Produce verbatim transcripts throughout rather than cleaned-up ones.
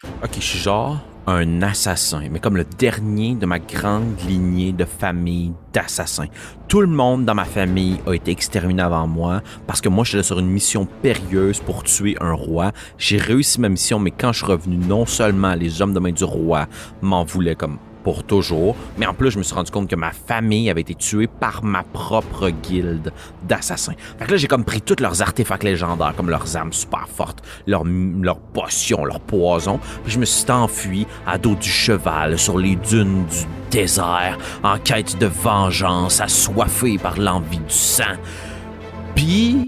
Ok, je suis genre un assassin, mais comme le dernier de ma grande lignée de famille d'assassins. Tout le monde dans ma famille a été exterminé avant moi parce que moi, j'étais sur une mission périlleuse pour tuer un roi. J'ai réussi ma mission, mais quand je suis revenu, non seulement les hommes de main du roi m'en voulaient comme pour toujours, mais en plus, je me suis rendu compte que ma famille avait été tuée par ma propre guilde d'assassins. Fait que là, j'ai comme pris tous leurs artefacts légendaires, comme leurs armes super fortes, leurs, leurs potions, leurs poisons, puis je me suis enfui à dos du cheval sur les dunes du désert, en quête de vengeance, assoiffé par l'envie du sang. Puis,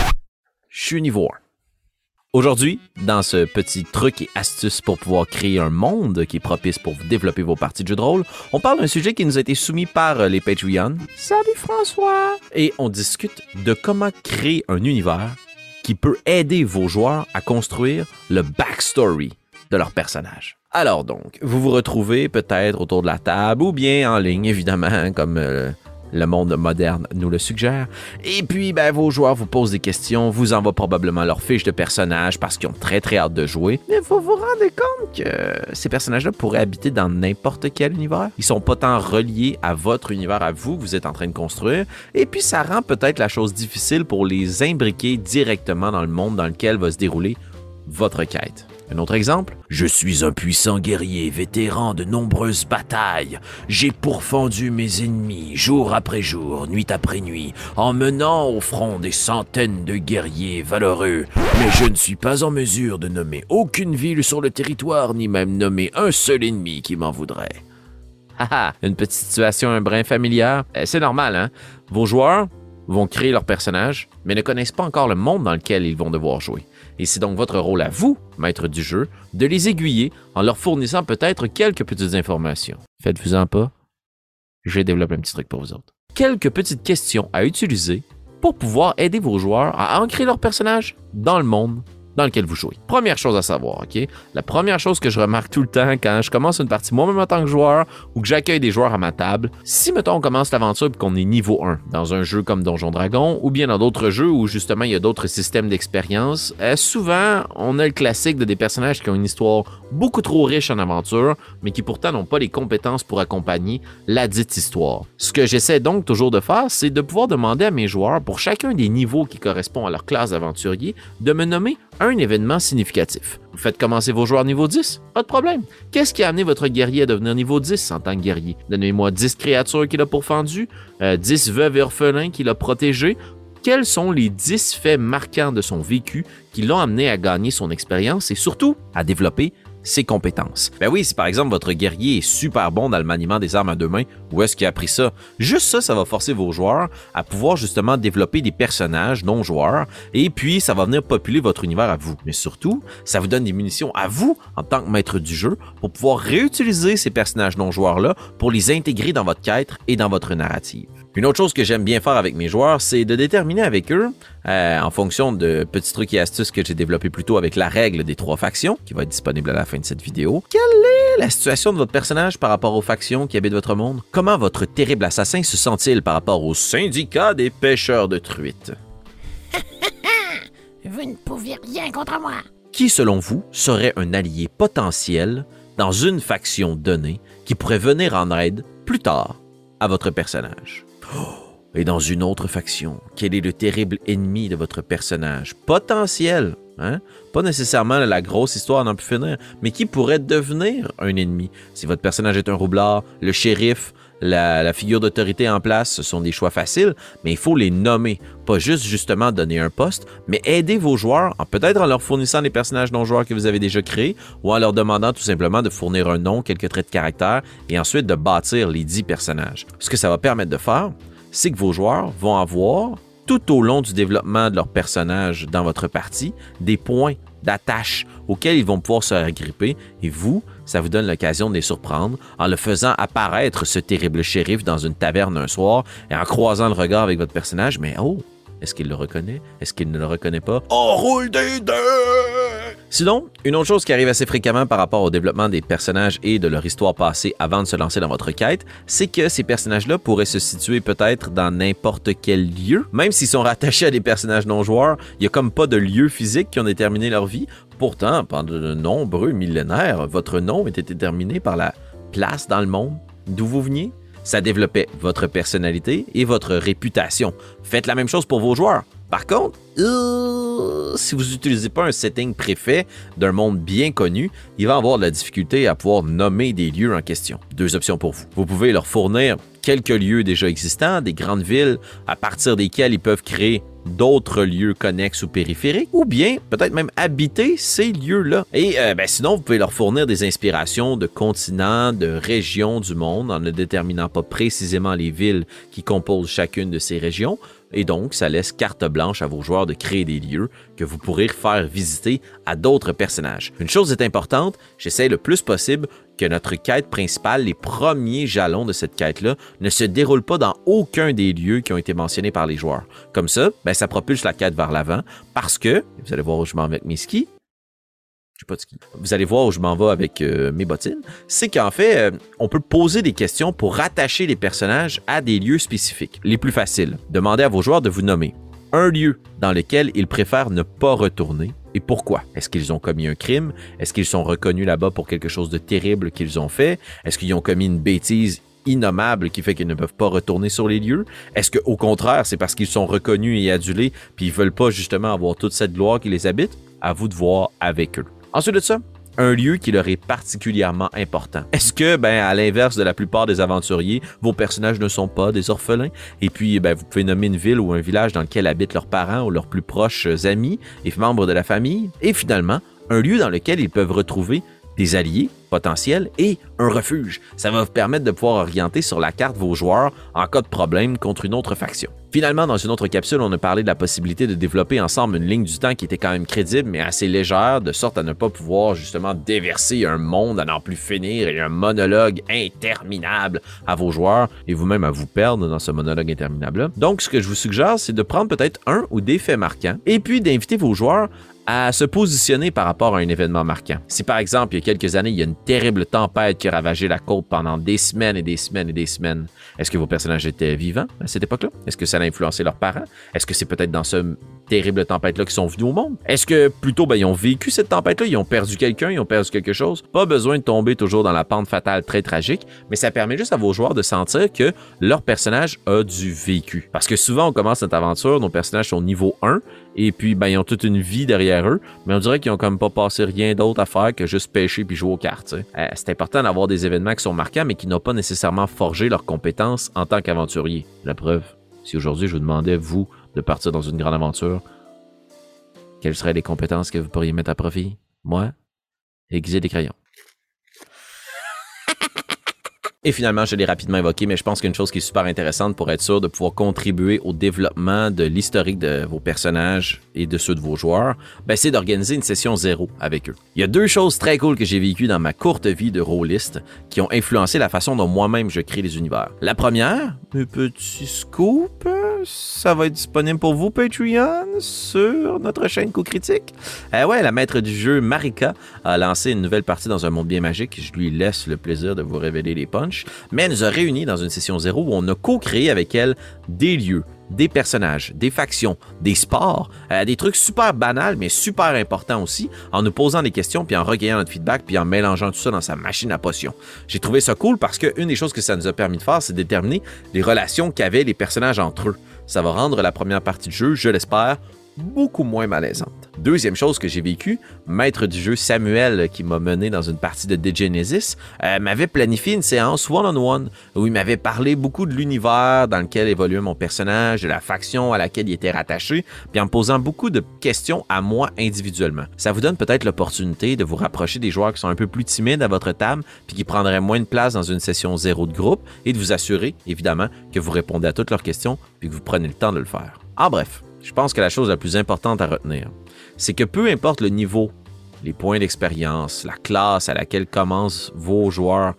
je suis niveau un. Aujourd'hui, dans ce petit truc et astuce pour pouvoir créer un monde qui est propice pour vous développer vos parties de jeux de rôle, on parle d'un sujet qui nous a été soumis par les Patreons. Salut François! Et on discute de comment créer un univers qui peut aider vos joueurs à construire le backstory de leur personnage. Alors donc, vous vous retrouvez peut-être autour de la table ou bien en ligne, évidemment, comme... Euh, le monde moderne nous le suggère. Et puis, ben, vos joueurs vous posent des questions, vous envoient probablement leur fiche de personnage parce qu'ils ont très très hâte de jouer. Mais vous vous rendez compte que ces personnages-là pourraient habiter dans n'importe quel univers. Ils sont pas tant reliés à votre univers, à vous que vous êtes en train de construire. Et puis, ça rend peut-être la chose difficile pour les imbriquer directement dans le monde dans lequel va se dérouler votre quête. Un autre exemple? Je suis un puissant guerrier, vétéran de nombreuses batailles. J'ai pourfendu mes ennemis jour après jour, nuit après nuit, en menant au front des centaines de guerriers valeureux. Mais je ne suis pas en mesure de nommer aucune ville sur le territoire, ni même nommer un seul ennemi qui m'en voudrait. Haha, une petite situation un brin familière. Eh, c'est normal, hein? Vos joueurs vont créer leur personnage, mais ne connaissent pas encore le monde dans lequel ils vont devoir jouer. Et c'est donc votre rôle à vous, maître du jeu, de les aiguiller en leur fournissant peut-être quelques petites informations. Faites-vous-en pas, je vais développer un petit truc pour vous autres. Quelques petites questions à utiliser pour pouvoir aider vos joueurs à ancrer leur personnage dans le monde dans lequel vous jouez. Première chose à savoir, OK? La première chose que je remarque tout le temps quand je commence une partie moi-même en tant que joueur ou que j'accueille des joueurs à ma table, si, mettons, on commence l'aventure et qu'on est niveau un dans un jeu comme Donjon Dragon ou bien dans d'autres jeux où, justement, il y a d'autres systèmes d'expérience, euh, souvent, on a le classique de des personnages qui ont une histoire beaucoup trop riche en aventure, mais qui pourtant n'ont pas les compétences pour accompagner la dite histoire. Ce que j'essaie donc toujours de faire, c'est de pouvoir demander à mes joueurs, pour chacun des niveaux qui correspondent à leur classe d'aventurier, de me nommer un événement significatif. Vous faites commencer vos joueurs niveau dix? Pas de problème. Qu'est-ce qui a amené votre guerrier à devenir niveau dix en tant que guerrier? Donnez-moi dix créatures qu'il a pourfendues, euh, dix veuves et orphelins qu'il a protégés. Quels sont les dix faits marquants de son vécu qui l'ont amené à gagner son expérience et surtout à développer ses compétences. Ben oui, si par exemple votre guerrier est super bon dans le maniement des armes à deux mains, où est-ce qu'il a appris ça? Juste ça, ça va forcer vos joueurs à pouvoir justement développer des personnages non-joueurs et puis ça va venir populer votre univers à vous. Mais surtout, ça vous donne des munitions à vous en tant que maître du jeu pour pouvoir réutiliser ces personnages non-joueurs-là pour les intégrer dans votre quête et dans votre narrative. Une autre chose que j'aime bien faire avec mes joueurs, c'est de déterminer avec eux, euh, en fonction de petits trucs et astuces que j'ai développés plus tôt avec la règle des trois factions, qui va être disponible à la fin de cette vidéo. Quelle est la situation de votre personnage par rapport aux factions qui habitent votre monde? Comment votre terrible assassin se sent-il par rapport au syndicat des pêcheurs de truites? Vous ne pouviez rien contre moi. Qui, selon vous, serait un allié potentiel dans une faction donnée qui pourrait venir en aide plus tard à votre personnage? Et dans une autre faction, quel est le terrible ennemi de votre personnage? Potentiel, hein? Pas nécessairement la grosse histoire n'en peut finir, mais qui pourrait devenir un ennemi? Si votre personnage est un roublard, le shérif, la, la figure d'autorité en place, ce sont des choix faciles, mais il faut les nommer. Pas juste justement donner un poste, mais aider vos joueurs, en, peut-être en leur fournissant des personnages non-joueurs que vous avez déjà créés, ou en leur demandant tout simplement de fournir un nom, quelques traits de caractère, et ensuite de bâtir les dix personnages. Ce que ça va permettre de faire, c'est que vos joueurs vont avoir, tout au long du développement de leur personnage dans votre partie, des points d'attache auxquels ils vont pouvoir se agripper, et vous, ça vous donne l'occasion de les surprendre en le faisant apparaître ce terrible shérif dans une taverne un soir, et en croisant le regard avec votre personnage, mais oh, est-ce qu'il le reconnaît? Est-ce qu'il ne le reconnaît pas? On roule des dés! Sinon, une autre chose qui arrive assez fréquemment par rapport au développement des personnages et de leur histoire passée avant de se lancer dans votre quête, c'est que ces personnages-là pourraient se situer peut-être dans n'importe quel lieu. Même s'ils sont rattachés à des personnages non-joueurs, il n'y a comme pas de lieu physique qui ont déterminé leur vie. Pourtant, pendant de nombreux millénaires, votre nom était déterminé par la place dans le monde d'où vous veniez. Ça développait votre personnalité et votre réputation. Faites la même chose pour vos joueurs. Par contre, euh, si vous n'utilisez pas un setting préfet d'un monde bien connu, il va avoir de la difficulté à pouvoir nommer des lieux en question. Deux options pour vous. Vous pouvez leur fournir quelques lieux déjà existants, des grandes villes à partir desquelles ils peuvent créer d'autres lieux connexes ou périphériques, ou bien peut-être même habiter ces lieux-là. Et euh, ben, sinon, vous pouvez leur fournir des inspirations de continents, de régions du monde, en ne déterminant pas précisément les villes qui composent chacune de ces régions. Et donc, ça laisse carte blanche à vos joueurs de créer des lieux que vous pourrez faire visiter à d'autres personnages. Une chose est importante, j'essaie le plus possible que notre quête principale, les premiers jalons de cette quête-là, ne se déroulent pas dans aucun des lieux qui ont été mentionnés par les joueurs. Comme ça, ben, ça propulse la quête vers l'avant parce que, vous allez voir où je m'en vais avec mes skis, je sais pas de ski. Vous allez voir où je m'en vais avec euh, mes bottines. C'est qu'en fait, euh, on peut poser des questions pour rattacher les personnages à des lieux spécifiques. Les plus faciles. Demandez à vos joueurs de vous nommer un lieu dans lequel ils préfèrent ne pas retourner et pourquoi. Est-ce qu'ils ont commis un crime? Est-ce qu'ils sont reconnus là-bas pour quelque chose de terrible qu'ils ont fait? Est-ce qu'ils ont commis une bêtise innommable qui fait qu'ils ne peuvent pas retourner sur les lieux? Est-ce qu'au contraire, c'est parce qu'ils sont reconnus et adulés puis ils veulent pas justement avoir toute cette gloire qui les habite? À vous de voir avec eux. Ensuite de ça, un lieu qui leur est particulièrement important. Est-ce que, ben, à l'inverse de la plupart des aventuriers, vos personnages ne sont pas des orphelins? Et puis, ben, vous pouvez nommer une ville ou un village dans lequel habitent leurs parents ou leurs plus proches amis et membres de la famille. Et finalement, un lieu dans lequel ils peuvent retrouver des alliés potentiels et un refuge. Ça va vous permettre de pouvoir orienter sur la carte vos joueurs en cas de problème contre une autre faction. Finalement, dans une autre capsule, on a parlé de la possibilité de développer ensemble une ligne du temps qui était quand même crédible, mais assez légère, de sorte à ne pas pouvoir justement déverser un monde à n'en plus finir et un monologue interminable à vos joueurs et vous-même à vous perdre dans ce monologue interminable-là. Donc, ce que je vous suggère, c'est de prendre peut-être un ou des faits marquants et puis d'inviter vos joueurs à se positionner par rapport à un événement marquant. Si par exemple, il y a quelques années, il y a une terrible tempête qui a ravagé la côte pendant des semaines et des semaines et des semaines, est-ce que vos personnages étaient vivants à cette époque-là? Est-ce que ça a influencé leurs parents? Est-ce que c'est peut-être dans ce terrible tempête-là qu'ils sont venus au monde? Est-ce que plutôt, ben, ils ont vécu cette tempête-là, ils ont perdu quelqu'un, ils ont perdu quelque chose? Pas besoin de tomber toujours dans la pente fatale très tragique, mais ça permet juste à vos joueurs de sentir que leur personnage a du vécu. Parce que souvent, on commence notre aventure, nos personnages sont niveau un, et puis, ben, ils ont toute une vie derrière eux, mais on dirait qu'ils ont comme pas passé rien d'autre à faire que juste pêcher puis jouer aux cartes. Euh, c'est important d'avoir des événements qui sont marquants, mais qui n'ont pas nécessairement forgé leurs compétences en tant qu'aventurier. La preuve, si aujourd'hui je vous demandais, vous, de partir dans une grande aventure, quelles seraient les compétences que vous pourriez mettre à profit? Moi, aiguiser des crayons. Et finalement, je l'ai rapidement évoqué, mais je pense qu'une chose qui est super intéressante pour être sûr de pouvoir contribuer au développement de l'historique de vos personnages et de ceux de vos joueurs, ben, c'est d'organiser une session zéro avec eux. Il y a deux choses très cool que j'ai vécues dans ma courte vie de rôliste qui ont influencé la façon dont moi-même je crée les univers. La première, un petit scoop, ça va être disponible pour vous Patreon sur notre chaîne Coup Critique. Euh, ouais, la maître du jeu Marika a lancé une nouvelle partie dans un monde bien magique. Je lui laisse le plaisir de vous révéler les punchs. Mais elle nous a réunis dans une session zéro où on a co-créé avec elle des lieux, des personnages, des factions, des sports, euh, des trucs super banals mais super importants aussi, en nous posant des questions puis en recueillant notre feedback puis en mélangeant tout ça dans sa machine à potions. J'ai trouvé ça cool parce qu'une des choses que ça nous a permis de faire, c'est de déterminer les relations qu'avaient les personnages entre eux. Ça va rendre la première partie du jeu, je l'espère, beaucoup moins malaisante. Deuxième chose que j'ai vécue, maître du jeu Samuel, qui m'a mené dans une partie de Degenesis, euh, m'avait planifié une séance one-on-one où il m'avait parlé beaucoup de l'univers dans lequel évoluait mon personnage, de la faction à laquelle il était rattaché, puis en me posant beaucoup de questions à moi individuellement. Ça vous donne peut-être l'opportunité de vous rapprocher des joueurs qui sont un peu plus timides à votre table, puis qui prendraient moins de place dans une session zéro de groupe, et de vous assurer, évidemment, que vous répondez à toutes leurs questions, puis que vous prenez le temps de le faire. En bref, je pense que la chose la plus importante à retenir, c'est que peu importe le niveau, les points d'expérience, la classe à laquelle commencent vos joueurs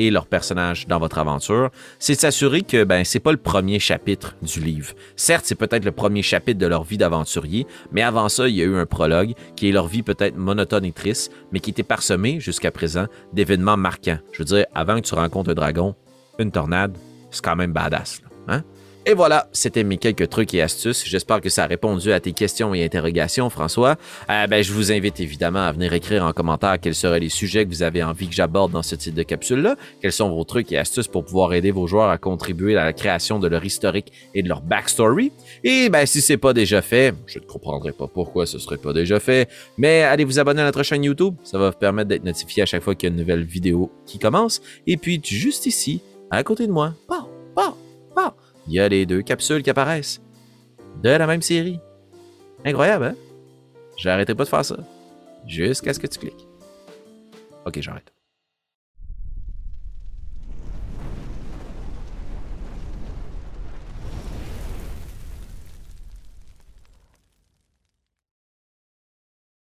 et leurs personnages dans votre aventure, c'est de s'assurer que ben, c'est pas le premier chapitre du livre. Certes, c'est peut-être le premier chapitre de leur vie d'aventurier, mais avant ça, il y a eu un prologue qui est leur vie peut-être monotone et triste, mais qui était parsemé jusqu'à présent d'événements marquants. Je veux dire, avant que tu rencontres un dragon, une tornade, c'est quand même badass, là, hein? Et voilà, c'était mes quelques trucs et astuces. J'espère que ça a répondu à tes questions et interrogations, François. Euh, ben, je vous invite évidemment à venir écrire en commentaire quels seraient les sujets que vous avez envie que j'aborde dans ce type de capsule-là. Quels sont vos trucs et astuces pour pouvoir aider vos joueurs à contribuer à la création de leur historique et de leur backstory. Et ben, si c'est pas déjà fait, je ne comprendrai pas pourquoi ce serait pas déjà fait, mais allez vous abonner à notre chaîne YouTube. Ça va vous permettre d'être notifié à chaque fois qu'il y a une nouvelle vidéo qui commence. Et puis, juste ici, à côté de moi, bah, bah, bah, il y a les deux capsules qui apparaissent de la même série. Incroyable, hein? J'arrêterai pas de faire ça jusqu'à ce que tu cliques. Ok, j'arrête.